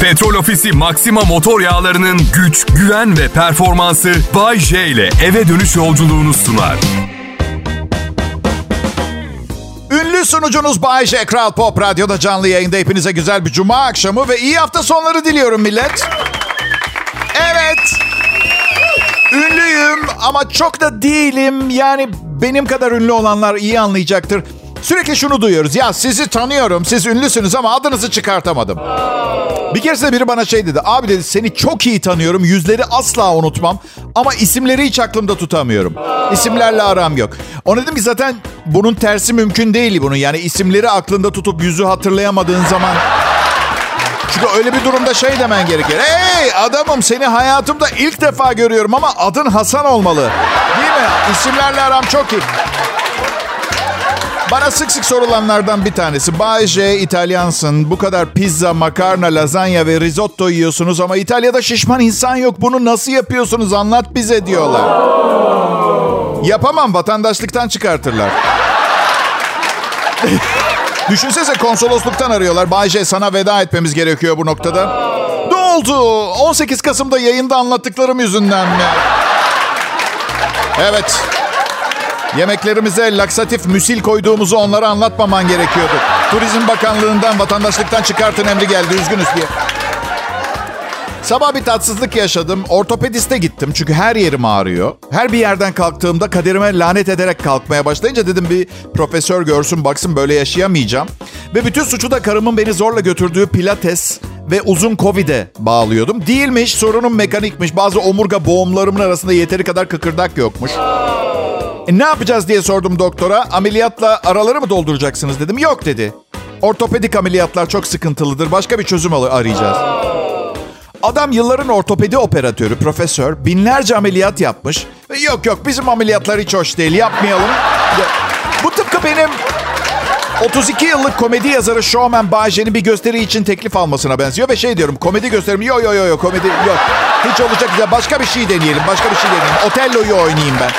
Petrol Ofisi Maxima motor yağlarının güç, güven ve performansı Bay J ile eve dönüş yolculuğunu sunar. Ünlü sunucunuz Bay J, Kral Pop Radyo'da canlı yayında. Hepinize güzel bir cuma akşamı ve iyi hafta sonları diliyorum millet. Evet. Ünlüyüm ama çok da değilim. Yani benim kadar ünlü olanlar iyi anlayacaktır. Sürekli şunu duyuyoruz. Ya sizi tanıyorum, siz ünlüsünüz ama adınızı çıkartamadım. Bir keresinde biri bana şey dedi. Abi dedi, seni çok iyi tanıyorum. Yüzleri asla unutmam. Ama isimleri hiç aklımda tutamıyorum. İsimlerle aram yok. Ona dedim ki zaten bunun tersi mümkün değil bunun. Yani isimleri aklında tutup yüzü hatırlayamadığın zaman... Çünkü öyle bir durumda şey demen gerekir. Hey adamım, seni hayatımda ilk defa görüyorum ama adın Hasan olmalı. Değil mi? İsimlerle aram çok iyi. Bana sık sık sorulanlardan bir tanesi. Bay J, İtalyansın. Bu kadar pizza, makarna, lazanya ve risotto yiyorsunuz ama İtalya'da şişman insan yok. Bunu nasıl yapıyorsunuz? Anlat bize diyorlar. Yapamam, vatandaşlıktan çıkartırlar. Düşünsene, konsolosluktan arıyorlar. Bay J, sana veda etmemiz gerekiyor bu noktada. Ne oldu? 18 Kasım'da yayında anlattıklarım yüzünden mi? Evet. Yemeklerimize laksatif müsil koyduğumuzu onlara anlatmaman gerekiyordu. Turizm Bakanlığı'ndan vatandaşlıktan çıkartın emri geldi, üzgünüz diye. Sabah bir tatsızlık yaşadım. Ortopediste gittim çünkü her yerim ağrıyor. Her bir yerden kalktığımda kaderime lanet ederek kalkmaya başlayınca dedim bir profesör görsün baksın, böyle yaşayamayacağım. Ve bütün suçu da karımın beni zorla götürdüğü pilates ve uzun Covid'e bağlıyordum. Değilmiş, sorunum mekanikmiş. Bazı omurga boğumlarımın arasında yeteri kadar kıkırdak yokmuş. Ne yapacağız diye sordum doktora. Ameliyatla araları mı dolduracaksınız dedim. Yok dedi. Ortopedik ameliyatlar çok sıkıntılıdır. Başka bir çözüm arayacağız. Adam yılların ortopedi operatörü, profesör. Binlerce ameliyat yapmış. Yok bizim ameliyatlar hiç hoş değil, yapmayalım. Bu tıpkı benim 32 yıllık komedi yazarı showman Bay J'nin bir gösteri için teklif almasına benziyor. Ve şey diyorum, komedi gösterimi yok komedi yok. Hiç olacak güzel, başka bir şey deneyelim. Otello'yu oynayayım ben.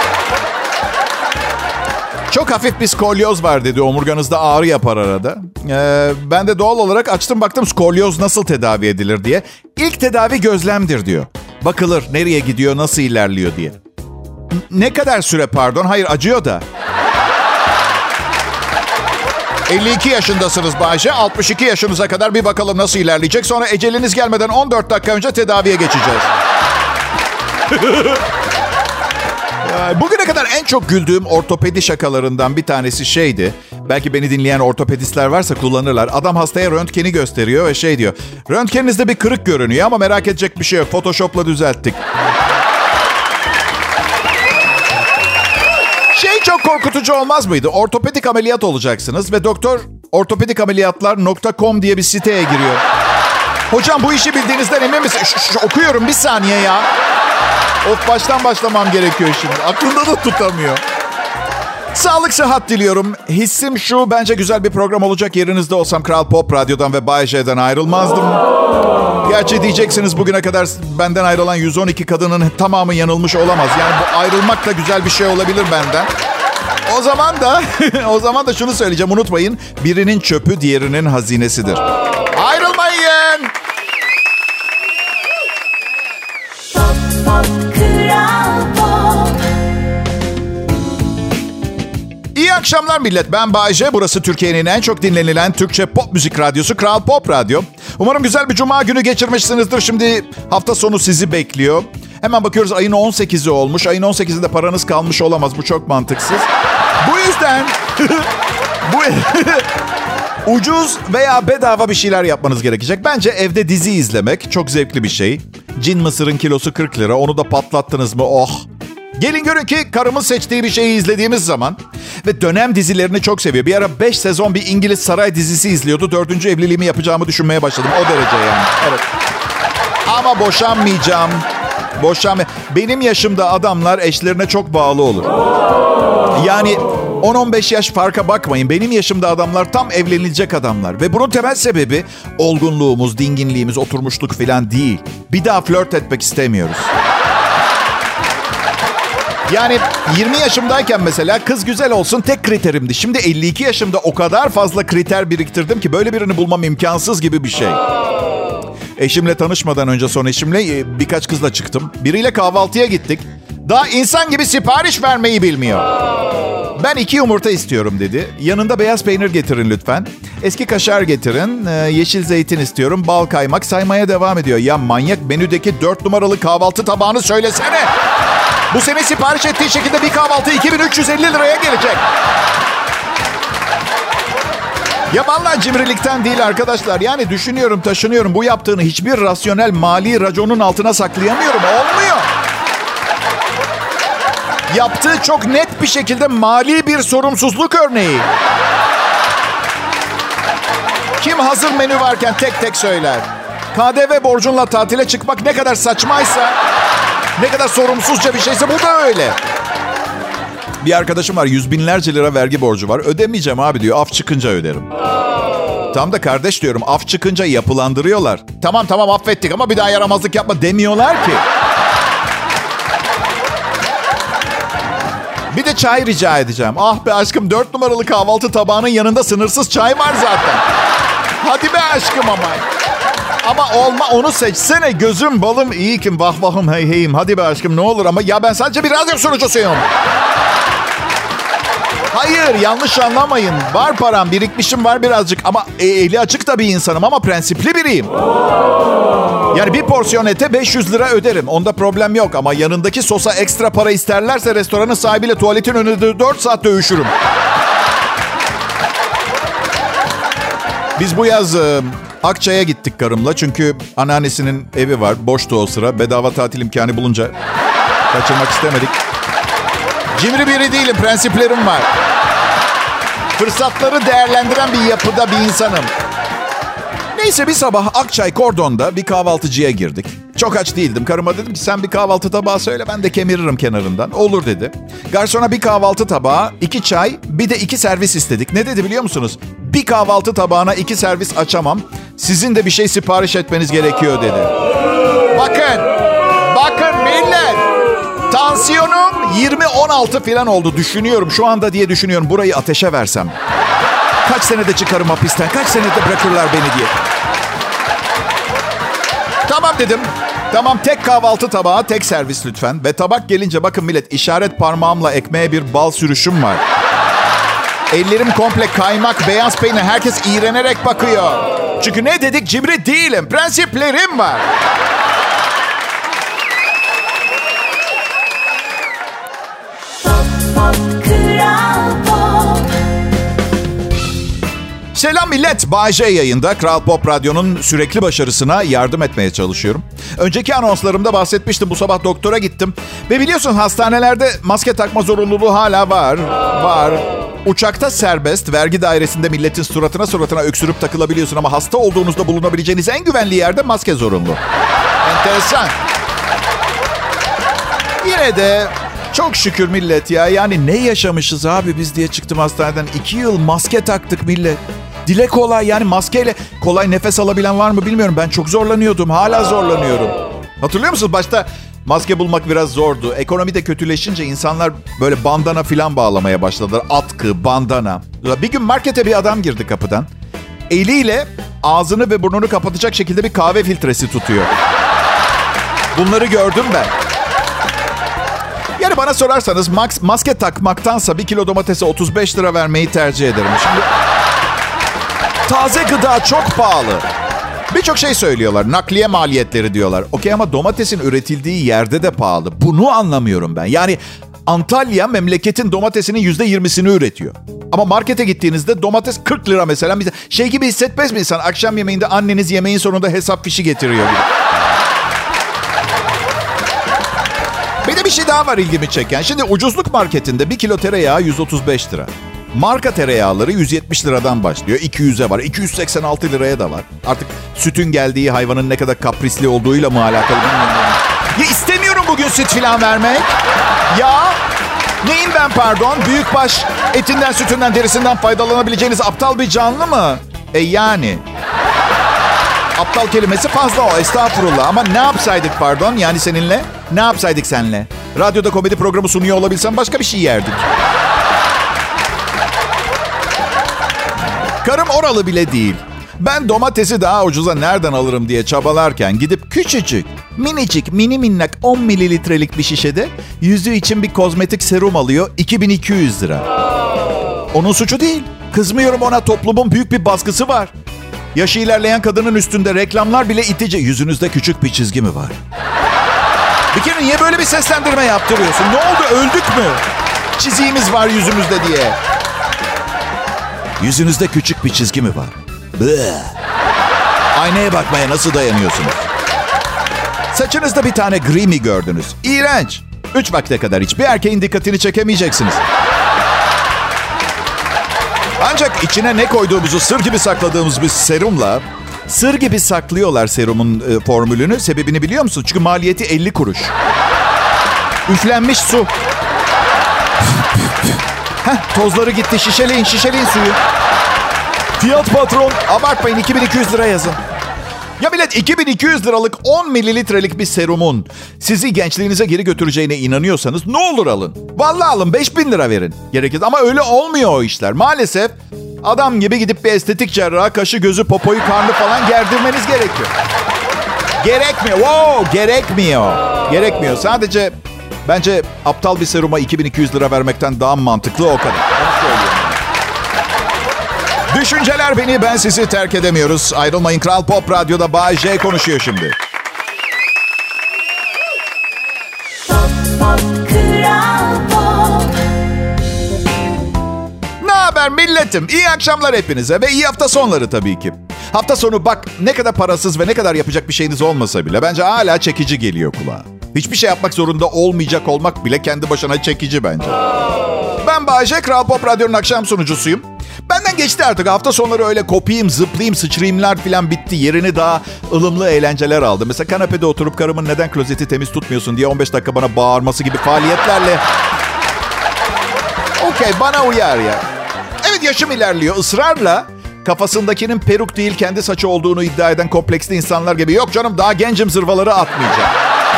Çok hafif bir skolyoz var dedi. Omurganızda ağrı yapar arada. Ben de doğal olarak açtım baktım skolyoz nasıl tedavi edilir diye. İlk tedavi gözlemdir diyor. Bakılır nereye gidiyor, nasıl ilerliyor diye. Ne kadar süre pardon? Hayır, acıyor da. 52 yaşındasınız Bayşe. 62 yaşınıza kadar bir bakalım nasıl ilerleyecek. Sonra eceliniz gelmeden 14 dakika önce tedaviye geçeceğiz. Bugüne kadar en çok güldüğüm ortopedi şakalarından bir tanesi şeydi. Belki beni dinleyen ortopedistler varsa kullanırlar. Adam hastaya röntgeni gösteriyor ve şey diyor. Röntgeninizde bir kırık görünüyor ama merak edecek bir şey yok. Photoshop'la düzelttik. Şey çok korkutucu olmaz mıydı? Ortopedik ameliyat olacaksınız ve doktor ortopedikameliyatlar.com diye bir siteye giriyor. Hocam bu işi bildiğinizden emin misin? Okuyorum bir saniye ya. Of, baştan başlamam gerekiyor şimdi. Aklında da tutamıyor. Sağlık, sıhhat diliyorum. Hissim şu, bence güzel bir program olacak. Yerinizde olsam Kral Pop Radyo'dan ve Bay J'den ayrılmazdım. Gerçi diyeceksiniz bugüne kadar benden ayrılan 112 kadının tamamı yanılmış olamaz. Yani bu ayrılmak da güzel bir şey olabilir benden. O zaman da şunu söyleyeceğim, unutmayın. Birinin çöpü diğerinin hazinesidir. Ayrılmayın. İyi akşamlar millet. Ben Bay J. Burası Türkiye'nin en çok dinlenilen Türkçe pop müzik radyosu Kral Pop Radyo. Umarım güzel bir cuma günü geçirmişsinizdir. Şimdi hafta sonu sizi bekliyor. Hemen bakıyoruz, ayın 18'i olmuş. Ayın 18'inde paranız kalmış olamaz. Bu çok mantıksız. Bu yüzden ucuz veya bedava bir şeyler yapmanız gerekecek. Bence evde dizi izlemek çok zevkli bir şey. Cin mısırın kilosu 40 lira. Onu da patlattınız mı? Oh! Gelin görün ki karımın seçtiği bir şeyi izlediğimiz zaman ve dönem dizilerini çok seviyor. Bir ara 5 sezon bir İngiliz saray dizisi izliyordu. 4. evliliğimi yapacağımı düşünmeye başladım. O derece yani. Evet. Ama boşanmayacağım. Benim yaşımda adamlar eşlerine çok bağlı olur. Yani 10-15 yaş farka bakmayın. Benim yaşımda adamlar tam evlenilecek adamlar. Ve bunun temel sebebi olgunluğumuz, dinginliğimiz, oturmuşluk falan değil. Bir daha flört etmek istemiyoruz. Yani 20 yaşımdayken mesela kız güzel olsun tek kriterimdi. Şimdi 52 yaşımda o kadar fazla kriter biriktirdim ki böyle birini bulmam imkansız gibi bir şey. Eşimle tanışmadan önce, son eşimle birkaç kızla çıktım. Biriyle kahvaltıya gittik. Daha insan gibi sipariş vermeyi bilmiyor. Ben 2 yumurta istiyorum dedi. Yanında beyaz peynir getirin lütfen. Eski kaşar getirin. Yeşil zeytin istiyorum. Bal, kaymak, saymaya devam ediyor. Ya manyak, menüdeki 4 numaralı kahvaltı tabağını söylesene. Bu sene sipariş ettiği şekilde bir kahvaltı 2350 liraya gelecek. Ya vallahi cimrilikten değil arkadaşlar. Yani düşünüyorum, taşınıyorum. Bu yaptığını hiçbir rasyonel mali raconun altına saklayamıyorum. Olmuyor. Yaptığı çok net bir şekilde mali bir sorumsuzluk örneği. Kim hazır menü varken tek tek söyler. KDV borcunla tatile çıkmak ne kadar saçmaysa, ne kadar sorumsuzca bir şeyse bu da öyle. Bir arkadaşım var, 100 binlerce lira vergi borcu var. Ödemeyeceğim abi diyor, af çıkınca öderim. Tam da kardeş diyorum, af çıkınca yapılandırıyorlar. Tamam affettik ama bir daha yaramazlık yapma demiyorlar ki. Bir de çay rica edeceğim. Ah be aşkım, 4 numaralı kahvaltı tabağının yanında sınırsız çay var zaten. Hadi be aşkım ama. Ama onu seçsene, gözüm balım iyi kim, vah vahım hey heyim. Hadi be aşkım ne olur ama ya ben sadece bir radyo sunucusuyum. Hayır, yanlış anlamayın. Var param, birikmişim var birazcık ama eli açık da bir insanım ama prensipli biriyim. Yani bir porsiyon ete 500 lira öderim. Onda problem yok ama yanındaki sosa ekstra para isterlerse restoranın sahibiyle tuvaletin önünde 4 saat dövüşürüm. Biz bu yaz Akçay'a gittik karımla. Çünkü anneannesinin evi var. Boştu o sıra. Bedava tatil imkanı bulunca kaçırmak istemedik. Cimri biri değilim. Prensiplerim var. Fırsatları değerlendiren bir yapıda bir insanım. Neyse bir sabah Akçay Kordon'da bir kahvaltıcıya girdik. Çok aç değildim. Karıma dedim ki sen bir kahvaltı tabağı söyle, ben de kemiririm kenarından. Olur dedi. Garsona bir kahvaltı tabağı, 2 çay, bir de 2 servis istedik. Ne dedi biliyor musunuz? Bir kahvaltı tabağına 2 servis açamam. Sizin de bir şey sipariş etmeniz gerekiyor dedi. Bakın millet. Tansiyonum 20-16 falan oldu. Düşünüyorum şu anda diye düşünüyorum. Burayı ateşe versem. Kaç senede çıkarım hapisten? Kaç senede bırakırlar beni diye. Tamam dedim. Tamam, tek kahvaltı tabağı, tek servis lütfen. Ve tabak gelince bakın millet, işaret parmağımla ekmeğe bir bal sürüşüm var. Ellerim komple kaymak, beyaz peynir. Herkes iğrenerek bakıyor. Çünkü ne dedik? Cimri değilim. Prensiplerim var. Selam millet. Bay J yayında. Kral Pop Radyo'nun sürekli başarısına yardım etmeye çalışıyorum. Önceki anonslarımda bahsetmiştim. Bu sabah doktora gittim. Ve biliyorsun hastanelerde maske takma zorunluluğu hala var. Uçakta serbest. Vergi dairesinde milletin suratına öksürüp takılabiliyorsun. Ama hasta olduğunuzda bulunabileceğiniz en güvenli yerde maske zorunlu. Enteresan. Yine de çok şükür millet ya. Yani ne yaşamışız abi biz diye çıktım hastaneden. 2 yıl maske taktık millet. Dile kolay, yani maskeyle kolay nefes alabilen var mı bilmiyorum. Ben çok zorlanıyordum. Hala zorlanıyorum. Hatırlıyor musunuz? Başta maske bulmak biraz zordu. Ekonomi de kötüleşince insanlar böyle bandana falan bağlamaya başladılar. Atkı, bandana. Bir gün markete bir adam girdi kapıdan. Eliyle ağzını ve burnunu kapatacak şekilde bir kahve filtresi tutuyor. Bunları gördüm ben. Yani bana sorarsanız maske takmaktansa 1 kilo domatese 35 lira vermeyi tercih ederim. Şimdi taze gıda çok pahalı. Birçok şey söylüyorlar. Nakliye maliyetleri diyorlar. Okey ama domatesin üretildiği yerde de pahalı. Bunu anlamıyorum ben. Yani Antalya memleketin domatesinin %20'sini üretiyor. Ama markete gittiğinizde domates 40 lira mesela. Şey gibi hissetmez mi insan? Akşam yemeğinde anneniz yemeğin sonunda hesap fişi getiriyor gibi. Bir de bir şey daha var ilgimi çeken. Şimdi ucuzluk marketinde 1 kilo tereyağı 135 lira. Marka tereyağları 170 liradan başlıyor. 200'e var. 286 liraya da var. Artık sütün geldiği hayvanın ne kadar kaprisli olduğuyla mı alakalı bilmiyorum. Ya istemiyorum bugün süt falan vermek. Ya neyim ben pardon? Büyükbaş etinden, sütünden, derisinden faydalanabileceğiniz aptal bir canlı mı? Yani. Aptal kelimesi fazla o. Estağfurullah. Ama ne yapsaydık pardon? Yani seninle? Ne yapsaydık seninle? Radyoda komedi programı sunuyor olabilsem başka bir şey yerdik. Karım oralı bile değil. Ben domatesi daha ucuza nereden alırım diye çabalarken gidip küçücük, minicik, mini minnak 10 mililitrelik bir şişede yüzü için bir kozmetik serum alıyor 2200 lira. Onun suçu değil. Kızmıyorum ona, toplumun büyük bir baskısı var. Yaşı ilerleyen kadının üstünde reklamlar bile itici. Yüzünüzde küçük bir çizgi mi var? Bir kere niye böyle bir seslendirme yaptırıyorsun? Ne oldu, öldük mü? Çiziğimiz var yüzümüzde diye. Yüzünüzde küçük bir çizgi mi var? Aynaya bakmaya nasıl dayanıyorsunuz? Saçınızda bir tane gri mi gördünüz? İğrenç. 3 vakte kadar hiçbir erkeğin dikkatini çekemeyeceksiniz. Ancak içine ne koyduğumuzu sır gibi sakladığımız bir serumla... Sır gibi saklıyorlar serumun formülünü. Sebebini biliyor musun? Çünkü maliyeti 50 kuruş. Üflenmiş su. Tozları gitti. Şişeleyin suyu. Fiyat patron. Abartmayın, 2200 lira yazın. Ya millet, 2200 liralık 10 mililitrelik bir serumun sizi gençliğinize geri götüreceğine inanıyorsanız ne olur alın. Vallahi alın, 5000 lira verin. Gerekir. Ama öyle olmuyor o işler. Maalesef adam gibi gidip bir estetik cerraha kaşı, gözü, popoyu, karnı falan gerdirmeniz gerekiyor. Gerekmiyor. Gerekmiyor. Sadece bence aptal bir seruma 2200 lira vermekten daha mantıklı, o kadar. Düşünceler beni, ben sizi terk edemiyoruz. Ayrılmayın, Kral Pop Radyo'da Bay J konuşuyor şimdi. Pop, pop, Kral Pop. Ne haber milletim? İyi akşamlar hepinize ve iyi hafta sonları tabii ki. Hafta sonu bak, ne kadar parasız ve ne kadar yapacak bir şeyiniz olmasa bile bence hala çekici geliyor kulağa. Hiçbir şey yapmak zorunda olmayacak olmak bile kendi başına çekici bence. Ben Bay J, Kral Pop Radyo'nun akşam sunucusuyum. Benden geçti artık. Hafta sonları öyle kopayım, zıplayayım, sıçrayımlar falan bitti. Yerini daha ılımlı eğlenceler aldı. Mesela kanepede oturup karımın neden klozeti temiz tutmuyorsun diye 15 dakika bana bağırması gibi faaliyetlerle... Okey, bana uyar ya. Evet, yaşım ilerliyor. Israrla kafasındakinin peruk değil kendi saçı olduğunu iddia eden kompleksli insanlar gibi. Yok canım, daha gencim zırvaları atmayacağım.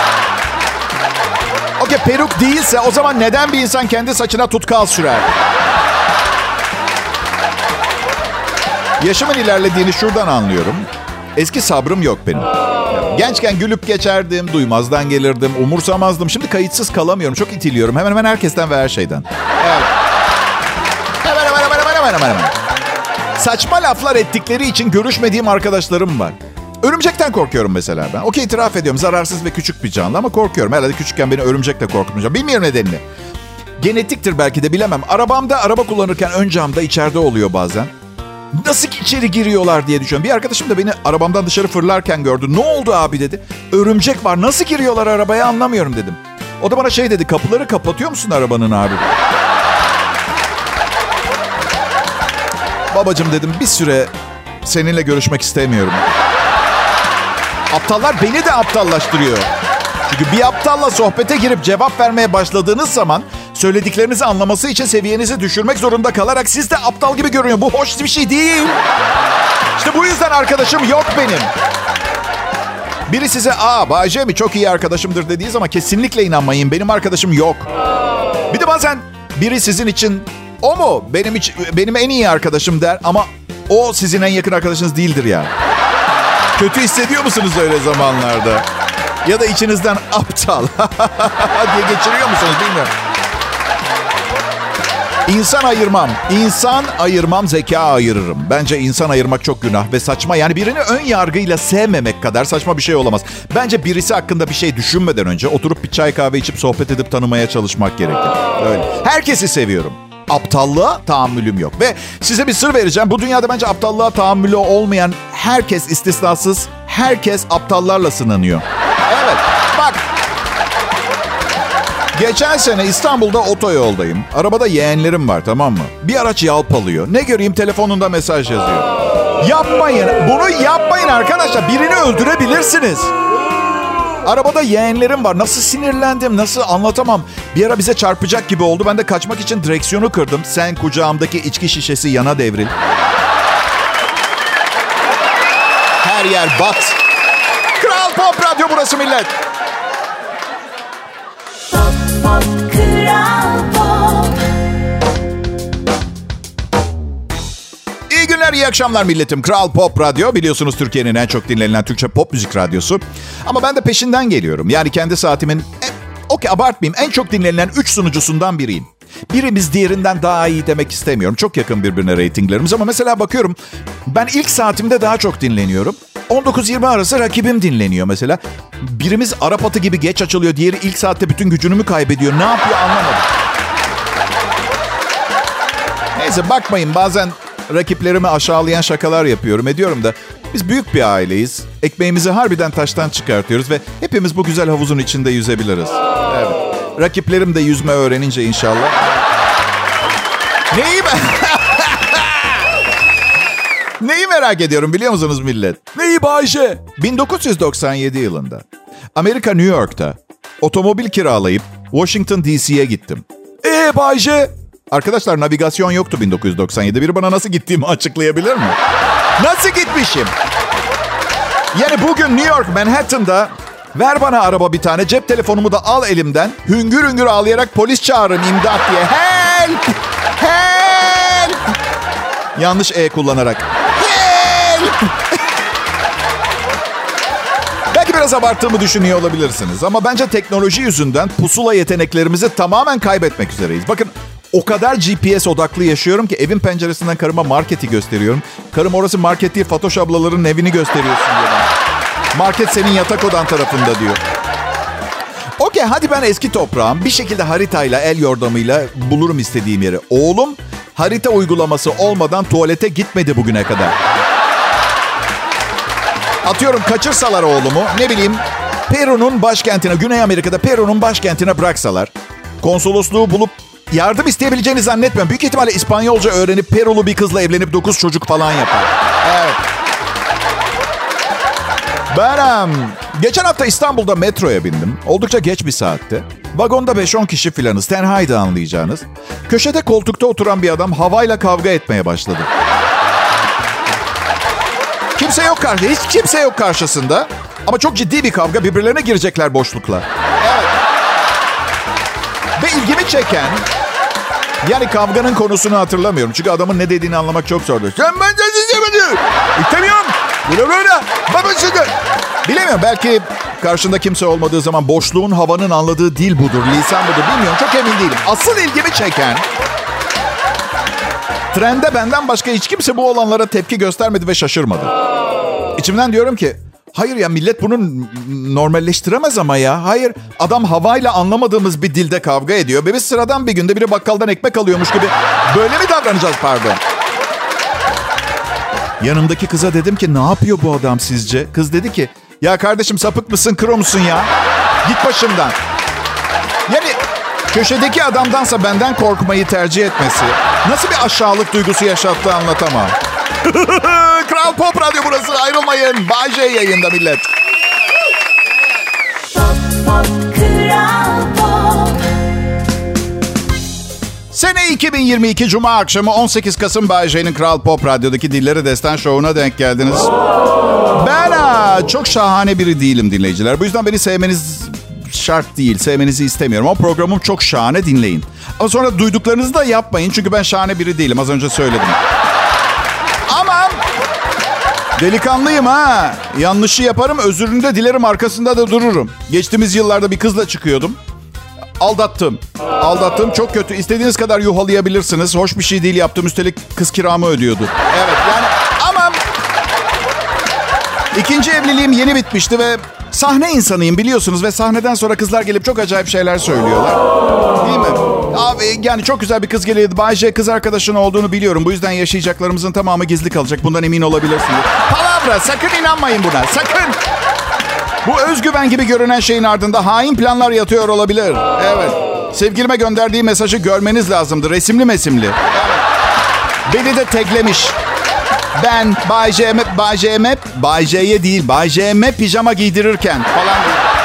Okey, peruk değilse o zaman neden bir insan kendi saçına tutkal sürer? Yaşımın ilerlediğini şuradan anlıyorum. Eski sabrım yok benim. Gençken gülüp geçerdim, duymazdan gelirdim, umursamazdım. Şimdi kayıtsız kalamıyorum, çok itiliyorum. Hemen hemen herkesten ve her şeyden. Evet. Hemen. Saçma laflar ettikleri için görüşmediğim arkadaşlarım var. Örümcekten korkuyorum mesela ben. Okey, itiraf ediyorum, zararsız ve küçük bir canlı ama korkuyorum. Herhalde küçükken beni örümcekle korkutmayacağım. Bilmiyorum nedenini. Genetiktir belki de, bilemem. Araba kullanırken ön camda içeride oluyor bazen. Nasıl içeri giriyorlar diye düşünüyorum. Bir arkadaşım da beni arabamdan dışarı fırlarken gördü. Ne oldu abi dedi. Örümcek var, nasıl giriyorlar arabaya anlamıyorum dedim. O da bana şey dedi, kapıları kapatıyor musun arabanın abi? Babacım dedim, bir süre seninle görüşmek istemiyorum. Aptallar beni de aptallaştırıyor. Çünkü bir aptalla sohbete girip cevap vermeye başladığınız zaman söylediklerinizi anlaması için seviyenizi düşürmek zorunda kalarak siz de aptal gibi görünüyor. Bu hoş bir şey değil. İşte bu yüzden arkadaşım yok benim. Biri size Bay J mi çok iyi arkadaşımdır dediği zaman kesinlikle inanmayın. Benim arkadaşım yok. Bir de bazen biri sizin için o mu benim en iyi arkadaşım der ama o sizin en yakın arkadaşınız değildir ya. Kötü hissediyor musunuz öyle zamanlarda? Ya da içinizden aptal diye geçiriyor musunuz bilmiyorum. İnsan ayırmam, zeka ayırırım. Bence insan ayırmak çok günah ve saçma. Yani birini ön yargıyla sevmemek kadar saçma bir şey olamaz. Bence birisi hakkında bir şey düşünmeden önce oturup bir çay kahve içip sohbet edip tanımaya çalışmak gerekir. Öyle. Herkesi seviyorum. Aptallığa tahammülüm yok. Ve size bir sır vereceğim. Bu dünyada bence aptallığa tahammülü olmayan herkes istisnasız, herkes aptallarla sınanıyor. Evet, bak. Geçen sene İstanbul'da otoyoldayım. Arabada yeğenlerim var, tamam mı? Bir araç yalpalıyor. Ne göreyim, telefonunda mesaj yazıyor. Yapmayın. Bunu yapmayın arkadaşlar. Birini öldürebilirsiniz. Arabada yeğenlerim var. Nasıl sinirlendim, nasıl anlatamam. Bir ara bize çarpacak gibi oldu. Ben de kaçmak için direksiyonu kırdım. Sen kucağımdaki içki şişesi yana devril. Her yer bat. Kral Pop Radyo burası millet. Pop, pop, Kral Pop. İyi günler. iyi akşamlar milletim. Kral Pop Radyo, biliyorsunuz Türkiye'nin en çok dinlenilen Türkçe pop müzik radyosu. Ama ben de peşinden geliyorum. Yani kendi saatimin, abartmayayım, en çok dinlenilen 3 sunucusundan biriyim. Birimiz diğerinden daha iyi demek istemiyorum. Çok yakın birbirine reytinglerimiz ama mesela bakıyorum, ben ilk saatimde daha çok dinleniyorum. 19-20 arası rakibim dinleniyor mesela. Birimiz Arap atı gibi geç açılıyor. Diğeri ilk saatte bütün gücünü mü kaybediyor? Ne yapıyor anlamadım. Neyse, bakmayın, bazen rakiplerimi aşağılayan şakalar yapıyorum, ediyorum da biz büyük bir aileyiz. Ekmeğimizi harbiden taştan çıkartıyoruz ve hepimiz bu güzel havuzun içinde yüzebiliriz. Evet. Rakiplerim de yüzme öğrenince inşallah. Neyi merak ediyorum biliyor musunuz millet? Neyi Bayce? 1997 yılında Amerika New York'ta otomobil kiralayıp Washington DC'ye gittim. Bayce? Arkadaşlar, navigasyon yoktu 1997. Biri bana nasıl gittiğimi açıklayabilir mi? Nasıl gitmişim? Yani bugün New York Manhattan'da ver bana araba bir tane, cep telefonumu da al elimden, hüngür hüngür ağlayarak polis çağırın imdat diye. Help! Help! Yanlış kullanarak. Help! Belki biraz abarttığımı düşünüyor olabilirsiniz ama bence teknoloji yüzünden pusula yeteneklerimizi tamamen kaybetmek üzereyiz. Bakın, o kadar GPS odaklı yaşıyorum ki evin penceresinden karıma marketi gösteriyorum. Karım orası market değil, Fatoş ablaların evini gösteriyorsun diyor. Market senin yatak odan tarafında diyor. Okey, hadi ben eski toprağım. Bir şekilde haritayla, el yordamıyla bulurum istediğim yeri. Oğlum harita uygulaması olmadan tuvalete gitmedi bugüne kadar. Atıyorum, kaçırsalar oğlumu, ne bileyim, Peru'nun başkentine, Güney Amerika'da Peru'nun başkentine bıraksalar, konsolosluğu bulup yardım isteyebileceğini zannetmiyorum. Büyük ihtimalle İspanyolca öğrenip Perulu bir kızla evlenip 9 çocuk falan yapar. Evet. Ben geçen hafta İstanbul'da metroya bindim. Oldukça geç bir saatte. Vagonda 5-10 kişi filanız. Tenhaydı anlayacağınız. Köşede koltukta oturan bir adam havayla kavga etmeye başladı. Kimse yok karşısında. Hiç kimse yok karşısında. Ama çok ciddi bir kavga. Birbirlerine girecekler boşlukla. Evet. Ve ilgimi çeken, yani kavganın konusunu hatırlamıyorum. Çünkü adamın ne dediğini anlamak çok zordu. Sen ben de izlemedim. İstemiyorum. Böyle. Babasını. Bilemiyorum. Belki karşında kimse olmadığı zaman boşluğun, havanın anladığı dil budur. Lisan budur. Bilmiyorum. Çok emin değilim. Asıl ilgimi çeken, trende benden başka hiç kimse bu olanlara tepki göstermedi ve şaşırmadı. İçimden diyorum ki, hayır ya, millet bunu normalleştiremez ama ya. Hayır, adam havayla anlamadığımız bir dilde kavga ediyor. Ve biz sıradan bir günde biri bakkaldan ekmek alıyormuş gibi böyle mi davranacağız, pardon? Yanımdaki kıza dedim ki, ne yapıyor bu adam sizce? Kız dedi ki, ya kardeşim sapık mısın, kro musun ya? Git başımdan. Yani köşedeki adamdansa benden korkmayı tercih etmesi nasıl bir aşağılık duygusu yaşattığı anlatamam. Kral Pop Radyo burası, ayrılmayın. Bay J yayında millet. Pop, pop, Kral Pop. Sene 2022 Cuma akşamı 18 Kasım Bay J'nin Kral Pop Radyo'daki Dilleri Destan Show'una denk geldiniz. Ben çok şahane biri değilim dinleyiciler. Bu yüzden beni sevmeniz şart değil. Sevmenizi istemiyorum. Ama programım çok şahane, dinleyin. Ama sonra duyduklarınızı da yapmayın. Çünkü ben şahane biri değilim. Az önce söyledim. Ama delikanlıyım ha. Yanlışı yaparım, özürünü de dilerim, arkasında da dururum. Geçtiğimiz yıllarda bir kızla çıkıyordum. Aldattım. Çok kötü. İstediğiniz kadar yuhalayabilirsiniz. Hoş bir şey değil yaptım. Üstelik kız kiramı ödüyordu. Evet yani ama ikinci evliliğim yeni bitmişti ve sahne insanıyım biliyorsunuz. Ve sahneden sonra kızlar gelip çok acayip şeyler söylüyorlar. Değil mi? Abi yani çok güzel bir kız geliyordu. Bay J kız arkadaşın olduğunu biliyorum. Bu yüzden yaşayacaklarımızın tamamı gizli kalacak. Bundan emin olabilirsiniz. Palavra, sakın inanmayın buna. Sakın. Bu özgüven gibi görünen şeyin ardında hain planlar yatıyor olabilir. Evet. Sevgilime gönderdiği mesajı görmeniz lazımdı. Resimli mesimli. Evet. Beni de teklemiş. Ben Bay J'ye değil, Bay J'me pijama giydirirken falan.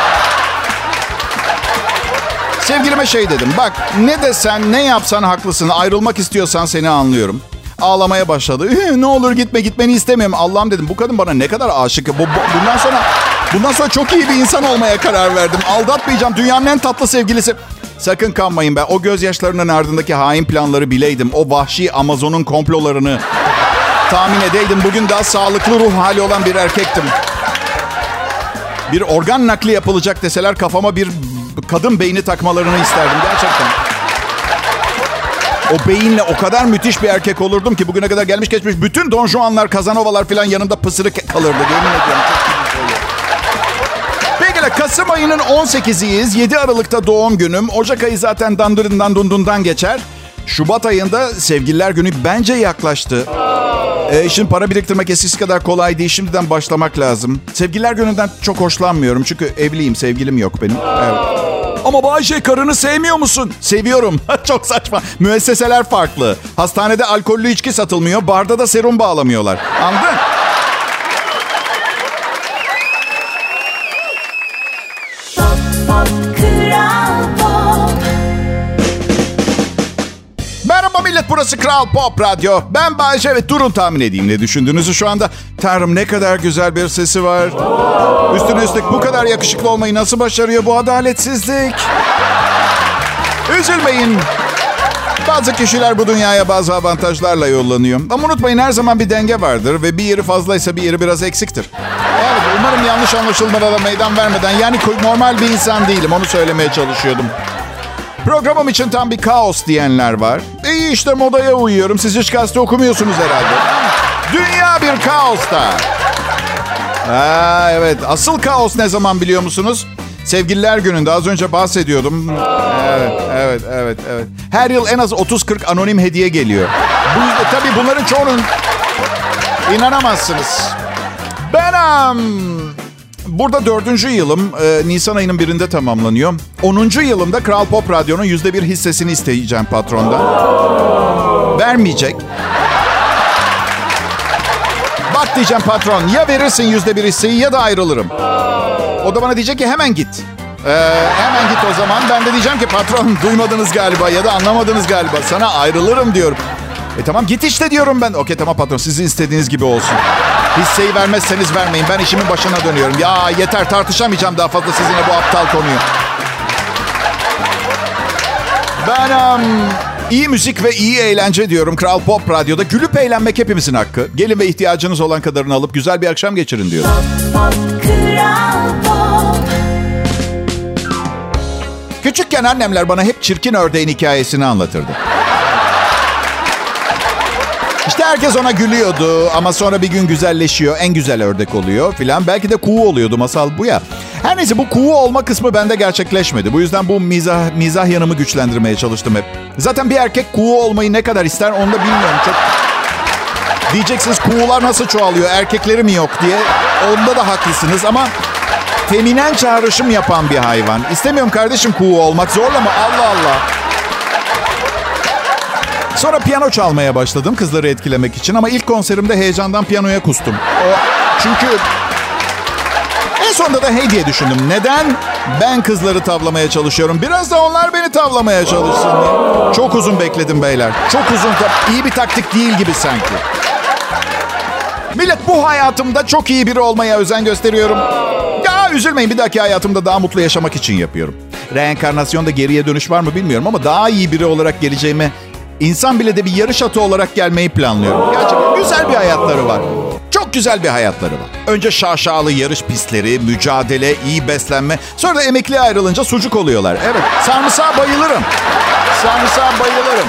Sevgilime şey dedim. Bak, ne desen, ne yapsan haklısın. Ayrılmak istiyorsan seni anlıyorum. Ağlamaya başladı. Ne olur gitme, gitmeni istemiyorum. Allah'ım dedim, bu kadın bana ne kadar aşık. Bundan sonra çok iyi bir insan olmaya karar verdim. Aldatmayacağım. Dünyanın en tatlı sevgilisi. Sakın kanmayın ben. O gözyaşlarının ardındaki hain planları bileydim. O vahşi Amazon'un komplolarını tahmin edeydim bugün daha sağlıklı ruh hali olan bir erkektim. Bir organ nakli yapılacak deseler kafama bir kadın beyni takmalarını isterdim gerçekten. O beyinle o kadar müthiş bir erkek olurdum ki bugüne kadar gelmiş geçmiş bütün Don Juanlar, Kazanovalar falan yanımda pısırık kalırdı. Yemin ediyorum çok iyi söylüyorum. Peki Kasım ayının 18'iyiz. 7 Aralık'ta doğum günüm. Ocak ayı zaten dandırından dundundan geçer. Şubat ayında Sevgililer Günü bence yaklaştı. Şimdi para biriktirmek eskisi kadar kolay değil. Şimdiden başlamak lazım. Sevgililer Günü'nden çok hoşlanmıyorum. Çünkü evliyim, sevgilim yok benim. Evet. Ama Bayşe karını sevmiyor musun? Seviyorum. Çok saçma. Müesseseler farklı. Hastanede alkollü içki satılmıyor. Barda da serum bağlamıyorlar. Anladın? Merhaba millet, burası Kral Pop Radyo. Ben Bayşe ve durun tahmin edeyim ne düşündüğünüzü şu anda. Tanrım ne kadar güzel bir sesi var. Üstüne üstlük bu kadar yakışıklı olmayı nasıl başarıyor bu adaletsizlik? Üzülmeyin. Bazı kişiler bu dünyaya bazı avantajlarla yollanıyor. Ama unutmayın her zaman bir denge vardır ve bir yeri fazlaysa bir yeri biraz eksiktir. Evet, umarım yanlış anlaşılmalara meydan vermeden, yani normal bir insan değilim, onu söylemeye çalışıyordum. Programım için tam bir kaos diyenler var. İyi işte modaya uyuyorum. Siz hiç gazete okumuyorsunuz herhalde. Dünya bir kaosta. Evet. Asıl kaos ne zaman biliyor musunuz? Sevgililer Günü'nde az önce bahsediyordum. Evet. Her yıl en az 30-40 anonim hediye geliyor. Bu yüzden tabii bunların çoğunun inanamazsınız. Ben burada 4. yılım. Nisan ayının 1'inde tamamlanıyor. 10. yılımda Kral Pop Radyo'nun %1 hissesini isteyeceğim patrondan. Vermeyecek. Bak diyeceğim patron, ya verirsin %1 hisseyi ya da ayrılırım. O da bana diyecek ki hemen git. Hemen git o zaman. Ben de diyeceğim ki patron duymadınız galiba ya da anlamadınız galiba. Sana ayrılırım diyorum. Tamam git işte diyorum ben. Okey tamam patron, sizin istediğiniz gibi olsun. Hisseyi vermezseniz vermeyin. Ben işimin başına dönüyorum. Ya yeter, tartışamayacağım daha fazla sizinle bu aptal konuyu. Ben iyi müzik ve iyi eğlence diyorum Kral Pop Radyo'da. Gülüp eğlenmek hepimizin hakkı. Gelin ve ihtiyacınız olan kadarını alıp güzel bir akşam geçirin diyorum. Küçükken annemler bana hep çirkin ördeğin hikayesini anlatırdı. İşte herkes ona gülüyordu ama sonra bir gün güzelleşiyor. En güzel ördek oluyor filan. Belki de kuğu oluyordu, masal bu ya. Her neyse bu kuğu olma kısmı bende gerçekleşmedi. Bu yüzden bu mizah yanımı güçlendirmeye çalıştım hep. Zaten bir erkek kuğu olmayı ne kadar ister onu da bilmiyorum. Çok diyeceksiniz kuğular nasıl çoğalıyor, erkekleri mi yok diye. Onda da haklısınız ama feminen çağrışım yapan bir hayvan. İstemiyorum kardeşim kuğu olmak, zorlama, Allah Allah. Sonra piyano çalmaya başladım kızları etkilemek için ama ilk konserimde heyecandan piyanoya kustum. Çünkü en sonunda da hey diye düşündüm. Neden ben kızları tavlamaya çalışıyorum? Biraz da onlar beni tavlamaya çalışsın diye. Çok uzun bekledim beyler. Çok uzun. İyi bir taktik değil gibi sanki. Millet, bu hayatımda çok iyi biri olmaya özen gösteriyorum. Ya üzülmeyin, bir dahaki hayatımda daha mutlu yaşamak için yapıyorum. Reenkarnasyonda geriye dönüş var mı bilmiyorum ama daha iyi biri olarak geleceğime, İnsan bile de bir yarış atı olarak gelmeyi planlıyorum. Gerçekten güzel bir hayatları var. Çok güzel bir hayatları var. Önce şaşalı yarış pistleri, mücadele, iyi beslenme. Sonra da emekliye ayrılınca sucuk oluyorlar. Evet, sarımsağa bayılırım. Sarımsağa bayılırım.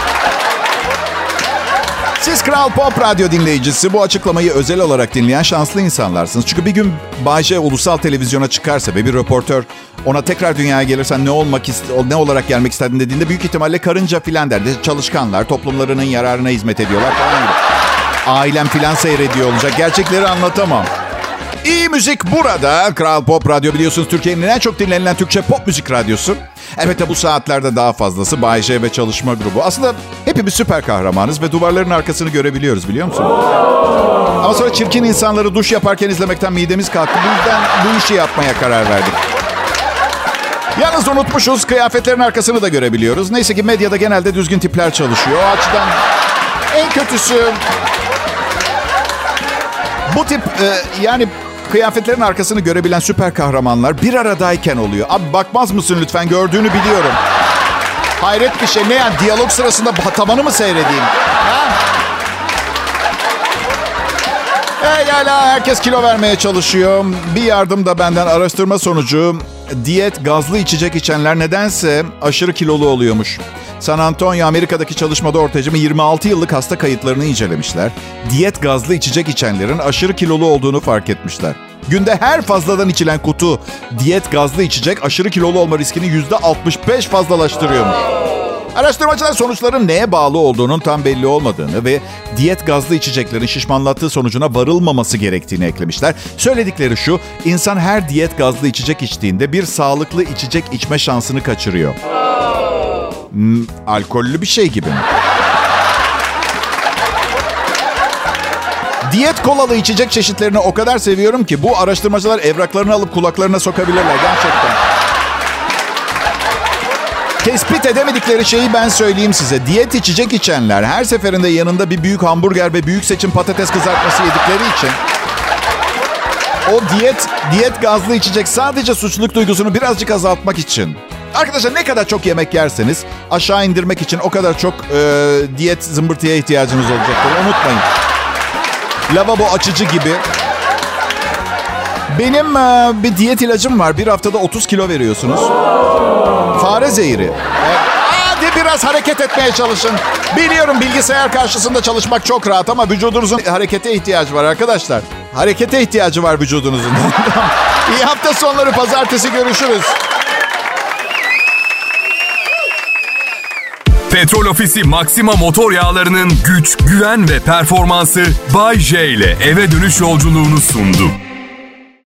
Siz Kral Pop Radyo dinleyicisi, bu açıklamayı özel olarak dinleyen şanslı insanlarsınız. Çünkü bir gün Bayşe ulusal televizyona çıkarsa ve bir röportör ona tekrar dünyaya gelirsen ne olarak gelmek isterdin dediğinde büyük ihtimalle karınca filan derdi. Çalışkanlar, toplumlarının yararına hizmet ediyorlar falan gibi. Ailem filan seyrediyor olacak. Gerçekleri anlatamam. İyi müzik burada. Kral Pop Radyo, biliyorsunuz Türkiye'nin en çok dinlenilen Türkçe pop müzik radyosu. Elbette bu saatlerde daha fazlası Bay J ve çalışma grubu. Aslında hepimiz süper kahramanız ve duvarların arkasını görebiliyoruz, biliyor musun? Ama sonra çirkin insanları duş yaparken izlemekten midemiz kalktı. Bu yüzden bu işi yapmaya karar verdik. Yalnız unutmuşuz, kıyafetlerin arkasını da görebiliyoruz. Neyse ki medyada genelde düzgün tipler çalışıyor. O açıdan en kötüsü bu tip yani kıyafetlerin arkasını görebilen süper kahramanlar bir aradayken oluyor. Abi bakmaz mısın lütfen, gördüğünü biliyorum. Hayret bir şey. Ne yani, diyalog sırasında tavanı mı seyredeyim? Ha? Hala herkes kilo vermeye çalışıyor. Bir yardım da benden. Araştırma sonucu diyet gazlı içecek içenler nedense aşırı kilolu oluyormuş. San Antonio Amerika'daki çalışmada ortaya 26 yıllık hasta kayıtlarını incelemişler. Diyet gazlı içecek içenlerin aşırı kilolu olduğunu fark etmişler. Günde her fazladan içilen kutu diyet gazlı içecek aşırı kilolu olma riskini %65 fazlalaştırıyormuş. Araştırmacılar sonuçların neye bağlı olduğunun tam belli olmadığını ve diyet gazlı içeceklerin şişmanlattığı sonucuna varılmaması gerektiğini eklemişler. Söyledikleri şu, insan her diyet gazlı içecek içtiğinde bir sağlıklı içecek içme şansını kaçırıyor. Alkollü bir şey gibi mi? Diyet kolalı içecek çeşitlerini o kadar seviyorum ki bu araştırmacılar evraklarını alıp kulaklarına sokabilirler gerçekten. Tespit edemedikleri şeyi ben söyleyeyim size. Diyet içecek içenler her seferinde yanında bir büyük hamburger ve büyük seçim patates kızartması yedikleri için o diyet gazlı içecek sadece suçluluk duygusunu birazcık azaltmak için. Arkadaşlar ne kadar çok yemek yerseniz aşağı indirmek için o kadar çok diyet zımbırtıya ihtiyacınız olacaktır. Unutmayın. Lavabo açıcı gibi. Benim bir diyet ilacım var. Bir haftada 30 kilo veriyorsunuz. Fare zehri. Hadi biraz hareket etmeye çalışın. Biliyorum bilgisayar karşısında çalışmak çok rahat ama vücudunuzun harekete ihtiyacı var arkadaşlar. Harekete ihtiyacı var vücudunuzun. İyi hafta sonları, pazartesi görüşürüz. Petrol Ofisi Maxima motor yağlarının güç, güven ve performansı Bay J ile eve dönüş yolculuğunu sundu.